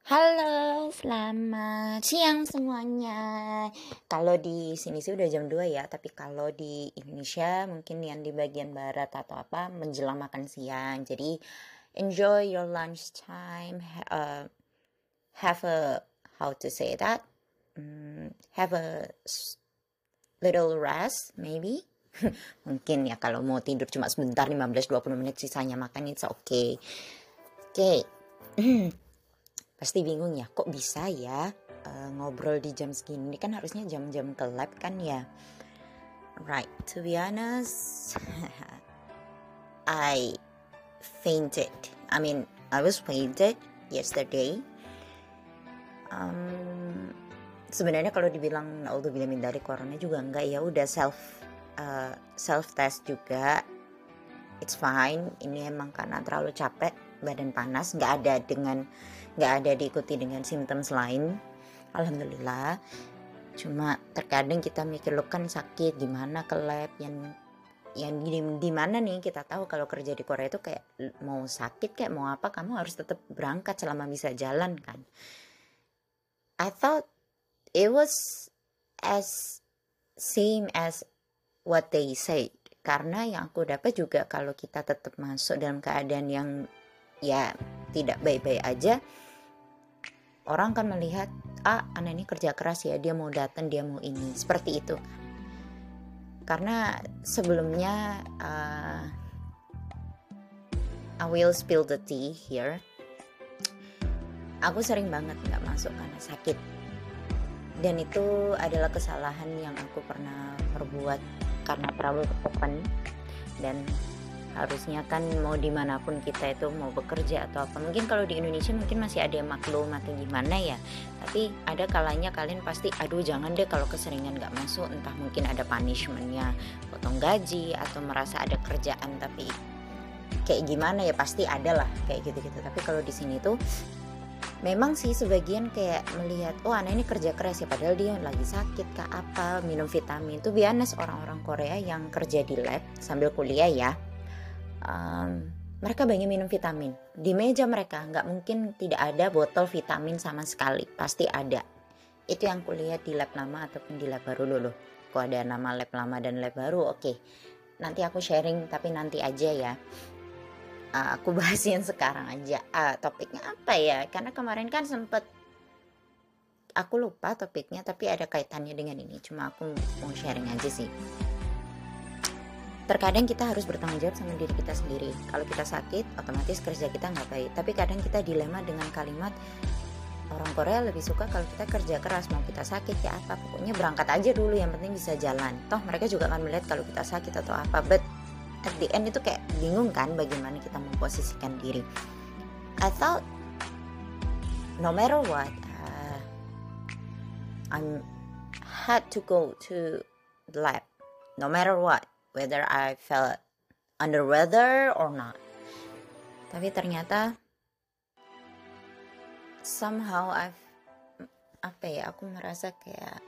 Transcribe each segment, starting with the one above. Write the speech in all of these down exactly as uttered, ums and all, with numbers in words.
Halo, selamat siang semuanya. Kalau di sini sih udah jam dua ya, tapi kalau di Indonesia mungkin yang di bagian barat atau apa menjelang makan siang. Jadi enjoy your lunch time. Ha- uh, have a how to say that? Hmm, have a s- little rest maybe. Mungkin ya kalau mau tidur cuma sebentar lima belas dua puluh menit sisanya makan it's okay. Oke. Pasti bingung ya, kok bisa ya uh, ngobrol di jam segini? Ini kan harusnya jam-jam ke lab kan ya. Right, to be honest, I fainted. I mean, I was fainted yesterday. Um, sebenarnya kalau dibilang naudzubillah min dari corona juga enggak ya, udah self uh, self test juga. It's fine. Ini emang karena terlalu capek, badan panas, nggak ada dengan nggak ada diikuti dengan simptom lain. Alhamdulillah. Cuma terkadang kita mikir lo kan sakit gimana ke lab yang yang di, di mana nih kita tahu kalau kerja di Korea itu kayak mau sakit kayak mau apa kamu harus tetap berangkat selama bisa jalan kan. I thought it was as same as what they said, karena yang aku dapat juga kalau kita tetap masuk dalam keadaan yang ya tidak baik-baik aja, orang kan melihat ah anak ini kerja keras ya, dia mau datang, dia mau ini, seperti itu. Karena sebelumnya uh, I will spill the tea here, aku sering banget gak masuk karena sakit, dan itu adalah kesalahan yang aku pernah perbuat karena terlalu open. Dan harusnya kan mau dimanapun kita itu mau bekerja atau apa, mungkin kalau di Indonesia mungkin masih ada yang maklum atau gimana ya, tapi ada kalanya kalian pasti aduh jangan deh kalau keseringan gak masuk, entah mungkin ada punishmentnya, potong gaji atau merasa ada kerjaan tapi kayak gimana ya, pasti ada lah kayak gitu-gitu. Tapi kalau di sini tuh memang sih sebagian kayak melihat oh anak ini kerja keras ya, padahal dia lagi sakit kah apa, minum vitamin. Tuh biasa orang-orang Korea yang kerja di lab sambil kuliah ya, um, mereka banyak minum vitamin. Di meja mereka nggak mungkin tidak ada botol vitamin sama sekali, pasti ada. Itu yang kulihat di lab lama ataupun di lab baru dulu. Kok ada nama lab lama dan lab baru, oke okay. Nanti aku sharing tapi nanti aja ya. Uh, aku bahas yang sekarang aja. Uh, topiknya apa ya? Karena kemarin kan sempet aku lupa topiknya, tapi ada kaitannya dengan ini. Cuma aku mau sharing aja sih. Terkadang kita harus bertanggung jawab sama diri kita sendiri. Kalau kita sakit, otomatis kerja kita nggak baik. Tapi kadang kita dilema dengan kalimat orang Korea lebih suka kalau kita kerja keras, mau kita sakit ya apa, pokoknya berangkat aja dulu, yang penting bisa jalan. Toh mereka juga akan melihat kalau kita sakit atau apa. But at the end itu kayak bingung kan bagaimana kita memposisikan diri. I thought no matter what, uh, I'm had to go to the lab, no matter what, whether I felt under weather or not. Tapi ternyata somehow I've apa ya, aku merasa kayak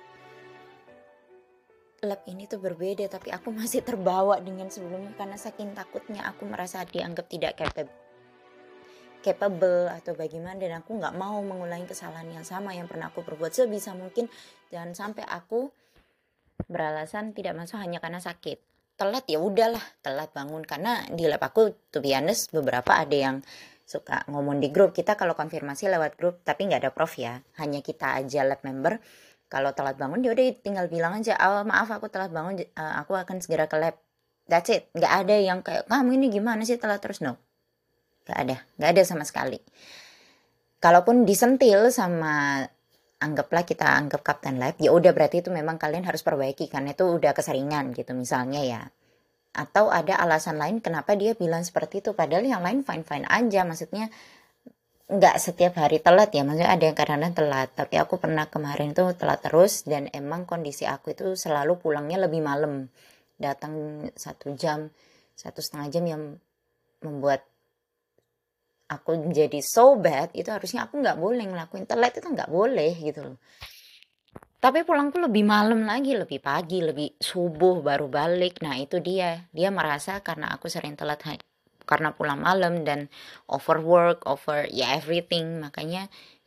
lab ini tuh berbeda, tapi aku masih terbawa dengan sebelumnya karena saking takutnya aku merasa dianggap tidak capable capable atau bagaimana, dan aku nggak mau mengulangi kesalahan yang sama yang pernah aku perbuat. Sebisa mungkin jangan sampai aku beralasan tidak masuk hanya karena sakit. Telat ya udahlah, telat bangun. Karena di lab aku to be honest beberapa ada yang suka ngomong di grup, kita kalau konfirmasi lewat grup tapi nggak ada prof ya, hanya kita aja lab member. Kalau telat bangun dia udah tinggal bilang aja, oh, maaf aku telat bangun, uh, aku akan segera ke lab. That's it. Nggak ada yang kayak kamu ini gimana sih telat terus, no. Nggak ada, nggak ada sama sekali. Kalaupun disentil sama, anggaplah kita anggap kapten lab, ya udah berarti itu memang kalian harus perbaiki karena itu udah keseringan gitu misalnya ya. Atau ada alasan lain kenapa dia bilang seperti itu, padahal yang lain fine-fine aja, maksudnya nggak setiap hari telat ya, maksudnya ada yang kadang-kadang telat, tapi aku pernah kemarin tuh telat terus, dan emang kondisi aku itu selalu pulangnya lebih malam, datang satu jam, satu setengah jam, yang membuat aku jadi so bad. Itu harusnya aku nggak boleh ngelakuin, telat itu nggak boleh gitu loh. Tapi pulangku lebih malam lagi, lebih pagi, lebih subuh baru balik. Nah itu dia, dia merasa karena aku sering telat karena pulang malam dan overwork, over ya everything, makanya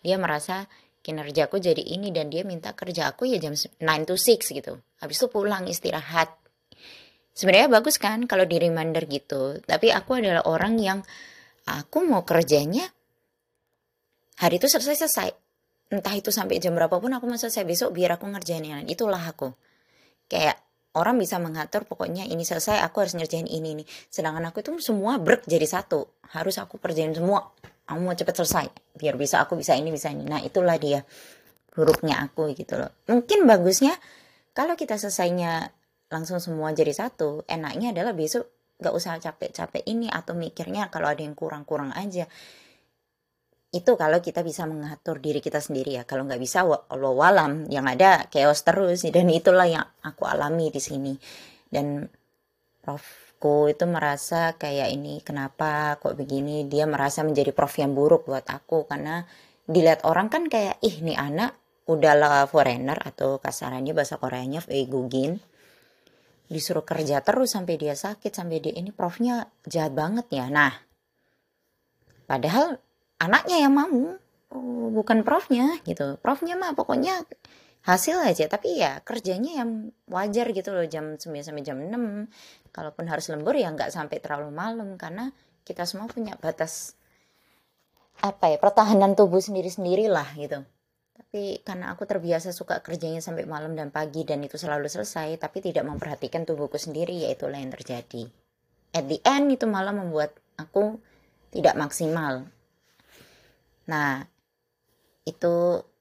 Dia merasa kinerjaku jadi ini dan dia minta kerja aku ya jam nine to six gitu. Habis itu pulang istirahat. Sebenarnya bagus kan kalau di reminder gitu. Tapi aku adalah orang yang aku mau kerjanya hari itu selesai-selesai. Entah itu sampai jam berapapun aku mau selesai besok biar aku ngerjain yang lain. Itulah aku. Kayak orang bisa mengatur pokoknya ini selesai aku harus ngerjain ini nih. Sedangkan aku itu semua break jadi satu. Harus aku kerjain semua. Aku mau cepet selesai biar bisa aku bisa ini bisa ini. Nah itulah dia buruknya aku gitu loh. Mungkin bagusnya kalau kita selesainya langsung semua jadi satu, enaknya adalah besok gak usah capek-capek ini atau mikirnya kalau ada yang kurang-kurang aja. Itu kalau kita bisa mengatur diri kita sendiri ya. Kalau nggak bisa, wallahu alam, yang ada chaos terus. Dan itulah yang aku alami di sini. Dan profku itu merasa kayak ini, kenapa kok begini? Dia merasa menjadi prof yang buruk buat aku. Karena dilihat orang kan kayak, ih nih anak udahlah foreigner atau kasarannya bahasa Koreanya veigugin. Disuruh kerja terus sampai dia sakit, sampai dia ini profnya jahat banget ya. Nah, padahal anaknya yang mau, oh, bukan profnya gitu. Profnya mah pokoknya hasil aja, tapi ya kerjanya yang wajar gitu loh, jam sembilan sampai jam enam. Kalaupun harus lembur ya nggak sampai terlalu malam, karena kita semua punya batas apa ya, pertahanan tubuh sendiri-sendiri lah gitu. Tapi karena aku terbiasa suka kerjanya sampai malam dan pagi dan itu selalu selesai, tapi tidak memperhatikan tubuhku sendiri, ya itulah yang terjadi. At the end itu malah membuat aku tidak maksimal. Nah, itu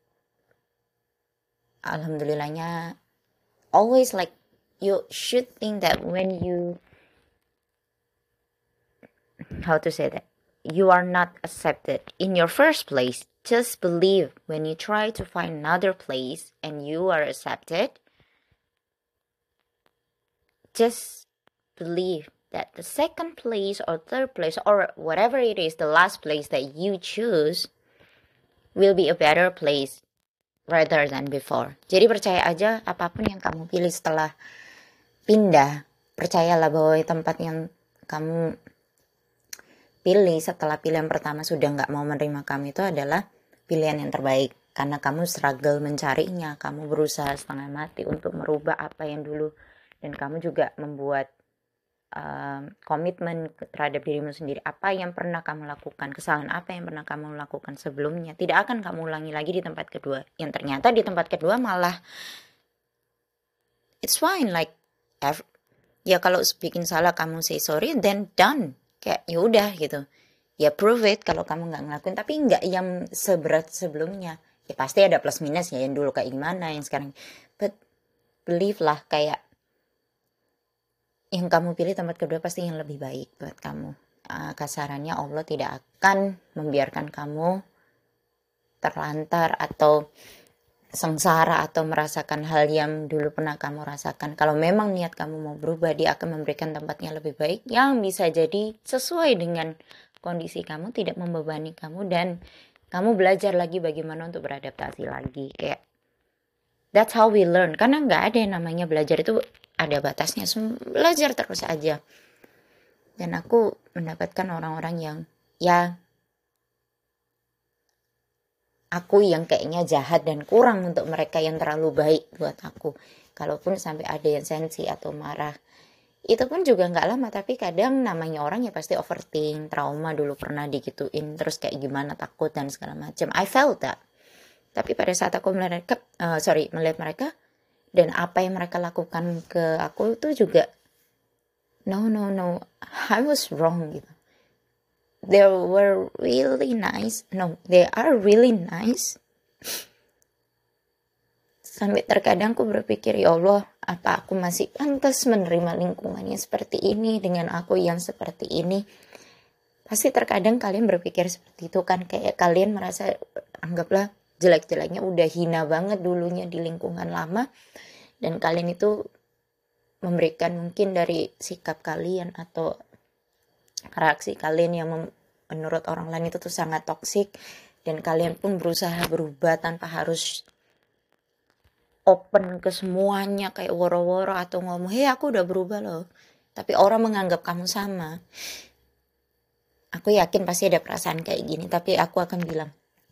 alhamdulillahnya always like you should think that when you how to say that you are not accepted in your first place, just believe when you try to find another place and you are accepted, just believe that the second place or third place or whatever it is, the last place that you choose will be a better place rather than before. Jadi percaya aja apapun yang kamu pilih setelah pindah, percayalah bahwa tempat yang kamu pilih setelah pilihan pertama sudah nggak mau menerima kamu itu adalah pilihan yang terbaik. Karena kamu struggle mencarinya, kamu berusaha setengah mati untuk merubah apa yang dulu, dan kamu juga membuat uh, komitmen terhadap dirimu sendiri. Apa yang pernah kamu lakukan, kesalahan apa yang pernah kamu lakukan sebelumnya, tidak akan kamu ulangi lagi di tempat kedua. Yang ternyata di tempat kedua malah it's fine, like every, ya kalau bikin salah kamu say sorry, then done. Kayak yaudah gitu. Ya prove it kalau kamu nggak ngelakuin, tapi nggak yang seberat sebelumnya. Ya pasti ada plus minus ya, yang dulu kayak gimana, yang sekarang. But believe lah, kayak yang kamu pilih tempat kedua pasti yang lebih baik buat kamu. Uh, kasarannya Allah tidak akan membiarkan kamu terlantar atau sengsara atau merasakan hal yang dulu pernah kamu rasakan. Kalau memang niat kamu mau berubah, dia akan memberikan tempatnya lebih baik yang bisa jadi sesuai dengan kondisi kamu, tidak membebani kamu, dan kamu belajar lagi bagaimana untuk beradaptasi lagi. Kayak that's how we learn. Karena nggak ada yang namanya belajar itu ada batasnya. Belajar terus aja. Dan aku mendapatkan orang-orang yang ya aku yang kayaknya jahat dan kurang untuk mereka yang terlalu baik buat aku. Kalaupun sampai ada yang sensi atau marah, itu pun juga nggak lama. Tapi kadang namanya orang ya pasti overthink, trauma dulu pernah digituin, terus kayak gimana, takut dan segala macam. I felt that. Tapi pada saat aku melihat, uh, sorry, melihat mereka dan apa yang mereka lakukan ke aku itu juga, no no no, I was wrong gitu. They were really nice. No, they are really nice. Sampai terkadang aku berpikir, ya Allah, apa aku masih pantas menerima lingkungannya seperti ini dengan aku yang seperti ini? Pasti terkadang kalian berpikir seperti itu kan, kayak kalian merasa, anggaplah jelek-jeleknya udah hina banget dulunya di lingkungan lama, dan kalian itu memberikan mungkin dari sikap kalian atau reaksi kalian yang menurut orang lain itu tuh sangat toksik, dan kalian pun berusaha berubah tanpa harus open ke semuanya kayak woro-woro atau ngomong, hei aku udah berubah loh, tapi orang menganggap kamu sama. Aku yakin pasti ada perasaan kayak gini, tapi aku akan bilang,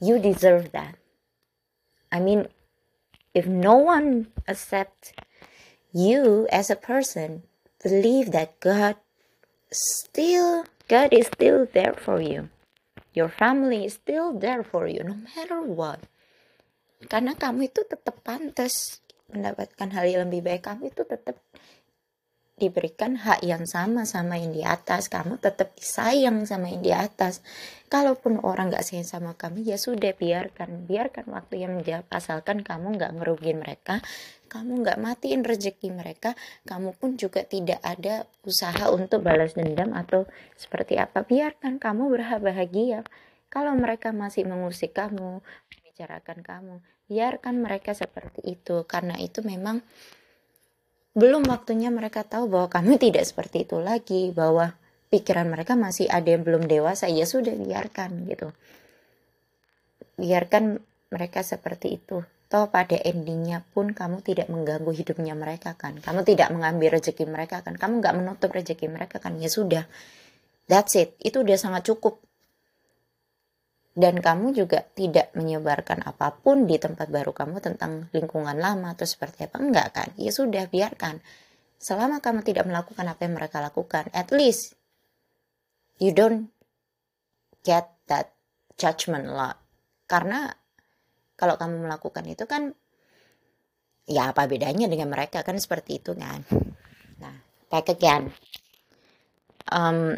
You deserve that. I mean, if no one accepts you as a person, believe that God still, God is still there for you. Your family is still there for you, no matter what. Karena kamu itu tetap pantas mendapatkan hal yang lebih baik. Kamu itu tetap diberikan hak yang sama sama yang di atas. Kamu tetap disayang sama yang di atas. Kalaupun orang gak sayang sama kamu, ya sudah, biarkan. Biarkan waktu yang menjawab. Asalkan kamu gak ngerugiin mereka, kamu gak matiin rezeki mereka, kamu pun juga tidak ada usaha untuk balas dendam atau seperti apa. Biarkan kamu berbahagia. Kalau mereka masih mengusik kamu, membicarakan kamu, biarkan mereka seperti itu. Karena itu memang belum waktunya mereka tahu bahwa kamu tidak seperti itu lagi, bahwa pikiran mereka masih ada yang belum dewasa. Ya sudah, biarkan gitu. Biarkan mereka seperti itu. Toh pada endingnya pun kamu tidak mengganggu hidupnya mereka kan. Kamu tidak mengambil rezeki mereka kan. Kamu gak menutup rezeki mereka kan. Ya sudah, that's it. Itu udah sangat cukup. Dan kamu juga tidak menyebarkan apapun di tempat baru kamu tentang lingkungan lama atau seperti apa. Enggak kan? Ya sudah, biarkan. Selama kamu tidak melakukan apa yang mereka lakukan, at least you don't get that judgment lot. Karena kalau kamu melakukan itu kan, ya apa bedanya dengan mereka kan, seperti itu kan. Nah, back again. Um,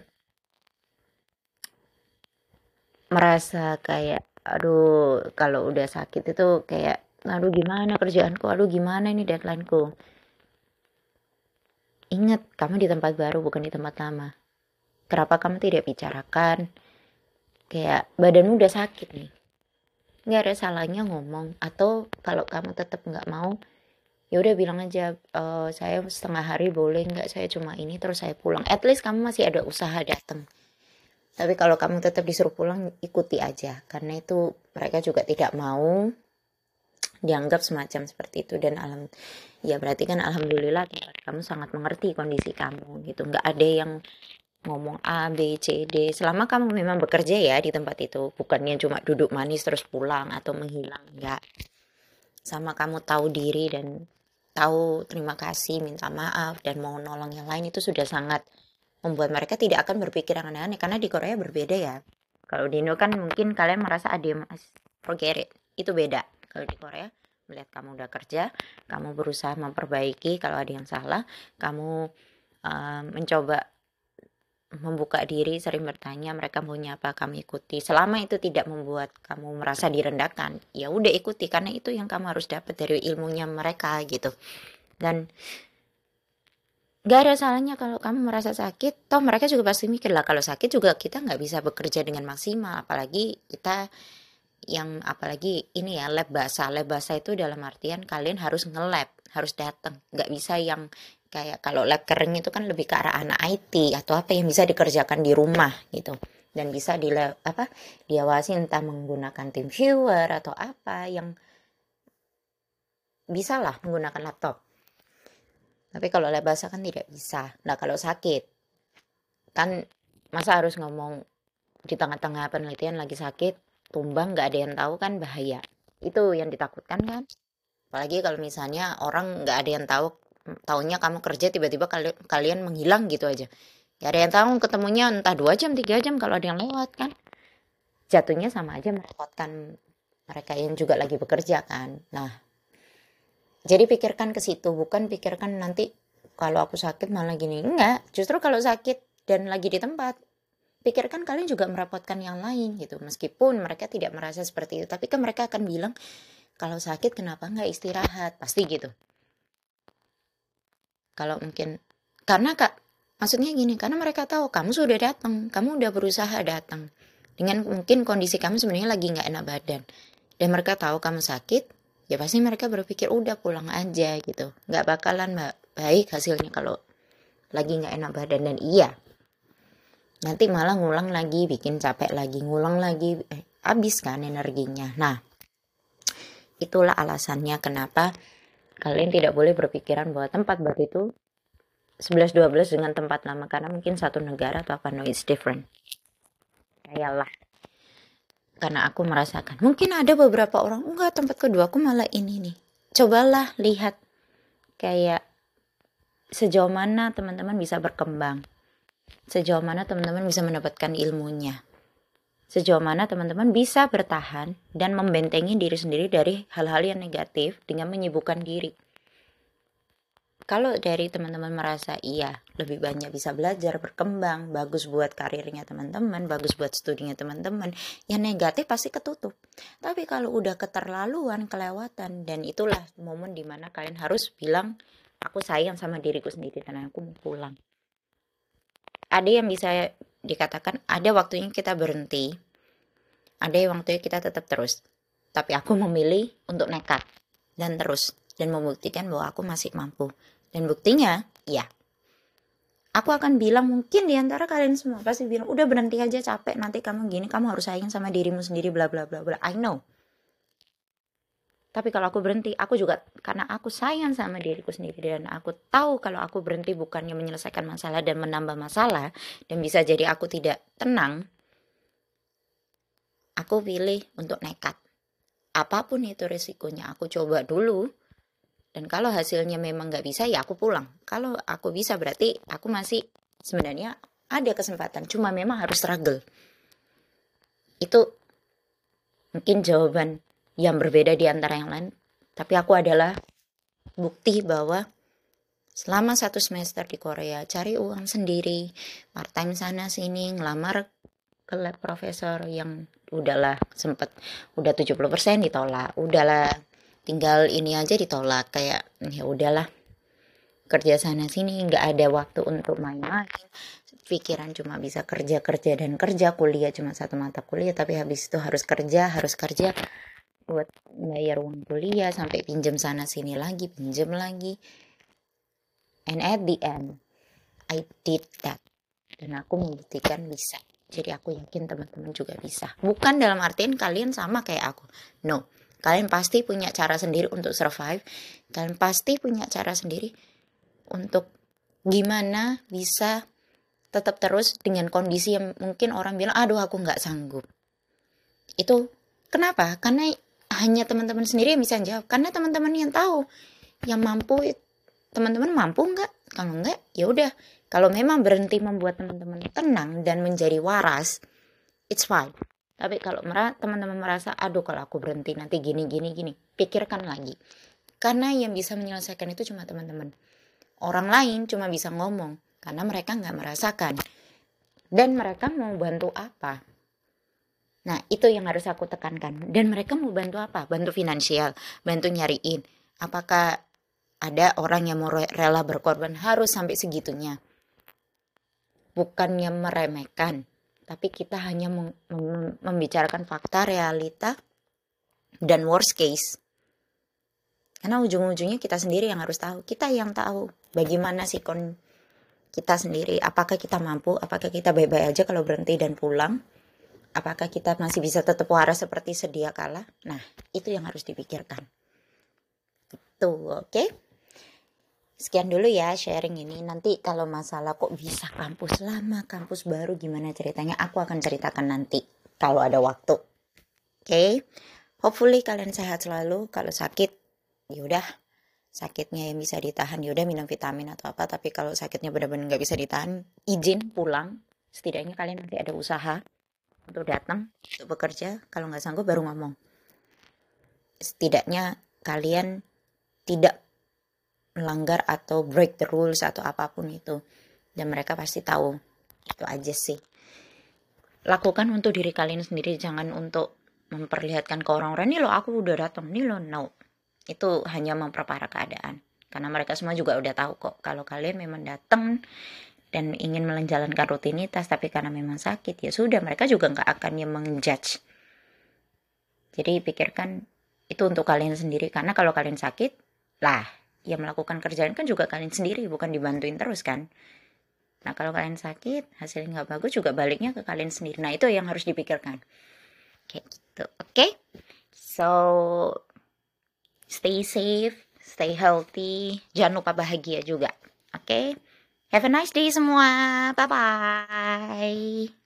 merasa kayak aduh kalau udah sakit itu kayak aduh gimana kerjaanku, aduh gimana ini deadlineku. Ingat, kamu di tempat baru bukan di tempat lama. Kenapa kamu tidak bicarakan? Kayak badanmu udah sakit nih, nggak ada salahnya ngomong. Atau kalau kamu tetap nggak mau, ya udah bilang aja, e, saya setengah hari boleh nggak, saya cuma ini, terus saya pulang. At least kamu masih ada usaha datang. Tapi kalau kamu tetap disuruh pulang, ikuti aja. Karena itu mereka juga tidak mau dianggap semacam seperti itu. Dan alam, ya berarti kan alhamdulillah kamu sangat mengerti kondisi kamu gitu. Nggak ada yang ngomong A, B, C, D. Selama kamu memang bekerja ya di tempat itu. Bukannya cuma duduk manis terus pulang atau menghilang. Enggak. Sama kamu tahu diri dan tahu terima kasih, minta maaf, dan mau nolong yang lain, itu sudah sangat membuat mereka tidak akan berpikir yang aneh-aneh. Karena di Korea berbeda ya. Kalau di Indo kan mungkin kalian merasa ada yang forget it. Itu beda. Kalau di Korea melihat kamu udah kerja, kamu berusaha memperbaiki kalau ada yang salah, kamu uh, mencoba membuka diri, sering bertanya mereka maunya apa, kamu ikuti. Selama itu tidak membuat kamu merasa direndahkan, ya udah ikuti, karena itu yang kamu harus dapat dari ilmunya mereka gitu. Dan gak ada salahnya kalau kamu merasa sakit. Toh mereka juga pasti mikir lah, kalau sakit juga kita nggak bisa bekerja dengan maksimal. Apalagi kita yang, apalagi ini ya, lab basah. Lab basah itu dalam artian kalian harus nge-lab, harus datang. Nggak bisa yang kayak kalau lab kering itu kan lebih ke arah anak I T atau apa yang bisa dikerjakan di rumah gitu. Dan bisa di apa diawasi entah menggunakan tim viewer atau apa yang bisa lah menggunakan laptop. Tapi kalau lab basah kan tidak bisa. Nah kalau sakit, kan masa harus ngomong di tengah-tengah penelitian lagi sakit, tumbang gak ada yang tahu kan, bahaya. Itu yang ditakutkan kan. Apalagi kalau misalnya orang gak ada yang tahu, taunya kamu kerja tiba-tiba kalian, kalian menghilang gitu aja. Gak ada yang tahu, ketemunya entah dua jam, tiga jam kalau ada yang lewat kan. Jatuhnya sama aja merepotkan mereka yang juga lagi bekerja kan. Nah, jadi pikirkan ke situ, bukan pikirkan nanti kalau aku sakit malah gini. Enggak, justru kalau sakit dan lagi di tempat, pikirkan kalian juga merepotkan yang lain gitu. Meskipun mereka tidak merasa seperti itu, tapi kan mereka akan bilang, kalau sakit kenapa nggak istirahat? Pasti gitu. Kalau mungkin, karena kak, maksudnya gini, karena mereka tahu kamu sudah datang, kamu udah berusaha datang. Dengan mungkin kondisi kamu sebenarnya lagi nggak enak badan. Dan mereka tahu kamu sakit, ya pasti mereka berpikir udah pulang aja gitu. Nggak bakalan baik hasilnya kalau lagi nggak enak badan. Dan iya, nanti malah ngulang lagi, bikin capek lagi, ngulang lagi, eh, habis kan energinya. Nah, itulah alasannya kenapa kalian tidak boleh berpikiran bahwa tempat baru itu sebelas dua belas dengan tempat lama, karena mungkin satu negara atau apa, no, it's different. Kayalah. Karena aku merasakan, mungkin ada beberapa orang, enggak, tempat kedua aku malah ini nih. Cobalah lihat kayak sejauh mana teman-teman bisa berkembang. Sejauh mana teman-teman bisa mendapatkan ilmunya. Sejauh mana teman-teman bisa bertahan dan membentengi diri sendiri dari hal-hal yang negatif dengan menyibukkan diri. Kalau dari teman-teman merasa iya, lebih banyak bisa belajar, berkembang, bagus buat karirnya teman-teman, bagus buat studinya teman-teman, yang negatif pasti ketutup. Tapi kalau udah keterlaluan, kelewatan, dan itulah momen dimana kalian harus bilang, aku sayang sama diriku sendiri dan aku mau pulang. Ada yang bisa dikatakan, ada waktunya kita berhenti, ada yang waktunya kita tetap terus. Tapi aku memilih untuk nekat dan terus, dan membuktikan bahwa aku masih mampu. Dan buktinya, ya. Aku akan bilang, mungkin diantara kalian semua pasti bilang, udah berhenti aja, capek, nanti kamu gini, kamu harus sayang sama dirimu sendiri, bla bla bla bla. I know. Tapi kalau aku berhenti, aku juga, karena aku sayang sama diriku sendiri, dan aku tahu kalau aku berhenti bukannya menyelesaikan masalah dan menambah masalah, dan bisa jadi aku tidak tenang, aku pilih untuk nekat. Apapun itu risikonya, aku coba dulu. Dan kalau hasilnya memang nggak bisa, ya aku pulang. Kalau aku bisa, berarti aku masih sebenarnya ada kesempatan. Cuma memang harus struggle. Itu mungkin jawaban yang berbeda di antara yang lain. Tapi aku adalah bukti bahwa selama satu semester di Korea, cari uang sendiri, part time sana sini, ngelamar ke lab profesor yang udahlah sempet, udah tujuh puluh persen ditolak, udahlah tinggal ini aja ditolak, kayak ya udahlah, kerja sana sini, nggak ada waktu untuk main-main, pikiran cuma bisa kerja kerja dan kerja, kuliah cuma satu mata kuliah, tapi habis itu harus kerja harus kerja buat bayar uang kuliah, sampai pinjam sana sini lagi, pinjam lagi, and at the end I did that, dan aku membuktikan bisa. Jadi aku yakin teman-teman juga bisa. Bukan dalam artian kalian sama kayak aku, no. Kalian pasti punya cara sendiri untuk survive. Kalian pasti punya cara sendiri untuk gimana bisa tetap terus dengan kondisi yang mungkin orang bilang, aduh aku gak sanggup. Itu kenapa? Karena hanya teman-teman sendiri yang bisa jawab. Karena teman-teman yang tahu, yang mampu, teman-teman mampu gak? Kalau enggak, ya udah. Kalau memang berhenti membuat teman-teman tenang dan menjadi waras, it's fine. Tapi kalau teman-teman merasa, aduh kalau aku berhenti nanti gini, gini, gini. Pikirkan lagi. Karena yang bisa menyelesaikan itu cuma teman-teman. Orang lain cuma bisa ngomong. Karena mereka nggak merasakan. Dan mereka mau bantu apa? Nah itu yang harus aku tekankan. Dan mereka mau bantu apa? Bantu finansial. Bantu nyariin. Apakah ada orang yang mau rela berkorban harus sampai segitunya? Bukannya meremehkan. Tapi kita hanya mem- mem- membicarakan fakta, realita, dan worst case. Karena ujung-ujungnya kita sendiri yang harus tahu. Kita yang tahu bagaimana sih kon kita sendiri. Apakah kita mampu, apakah kita baik-baik aja kalau berhenti dan pulang. Apakah kita masih bisa tetap waras seperti sedia kala. Nah, itu yang harus dipikirkan. Itu, oke? Okay? Sekian dulu ya sharing ini. Nanti kalau masalah kok bisa kampus lama, kampus baru, gimana ceritanya, aku akan ceritakan nanti kalau ada waktu. Oke, okay? Hopefully kalian sehat selalu. Kalau sakit, yaudah sakitnya yang bisa ditahan, yaudah minum vitamin atau apa. Tapi kalau sakitnya benar-benar nggak bisa ditahan, izin pulang. Setidaknya kalian nanti ada usaha untuk datang, untuk bekerja. Kalau nggak sanggup baru ngomong. Setidaknya kalian tidak melanggar atau break the rules atau apapun itu, dan mereka pasti tahu. Itu aja sih. Lakukan untuk diri kalian sendiri, jangan untuk memperlihatkan ke orang-orang, nih lo aku udah datang, nih lo no. Itu hanya memperparah keadaan, karena mereka semua juga udah tahu kok kalau kalian memang datang dan ingin menjalankan rutinitas, tapi karena memang sakit, ya sudah, mereka juga nggak akan yang menjudge. Jadi pikirkan itu untuk kalian sendiri, karena kalau kalian sakit lah, yang melakukan kerjaan kan juga kalian sendiri, bukan dibantuin terus kan. Nah kalau kalian sakit, hasilnya nggak bagus, juga baliknya ke kalian sendiri. Nah itu yang harus dipikirkan. Kayak gitu, oke? Okay? So, stay safe, stay healthy, jangan lupa bahagia juga, oke? Okay? Have a nice day semua, bye-bye.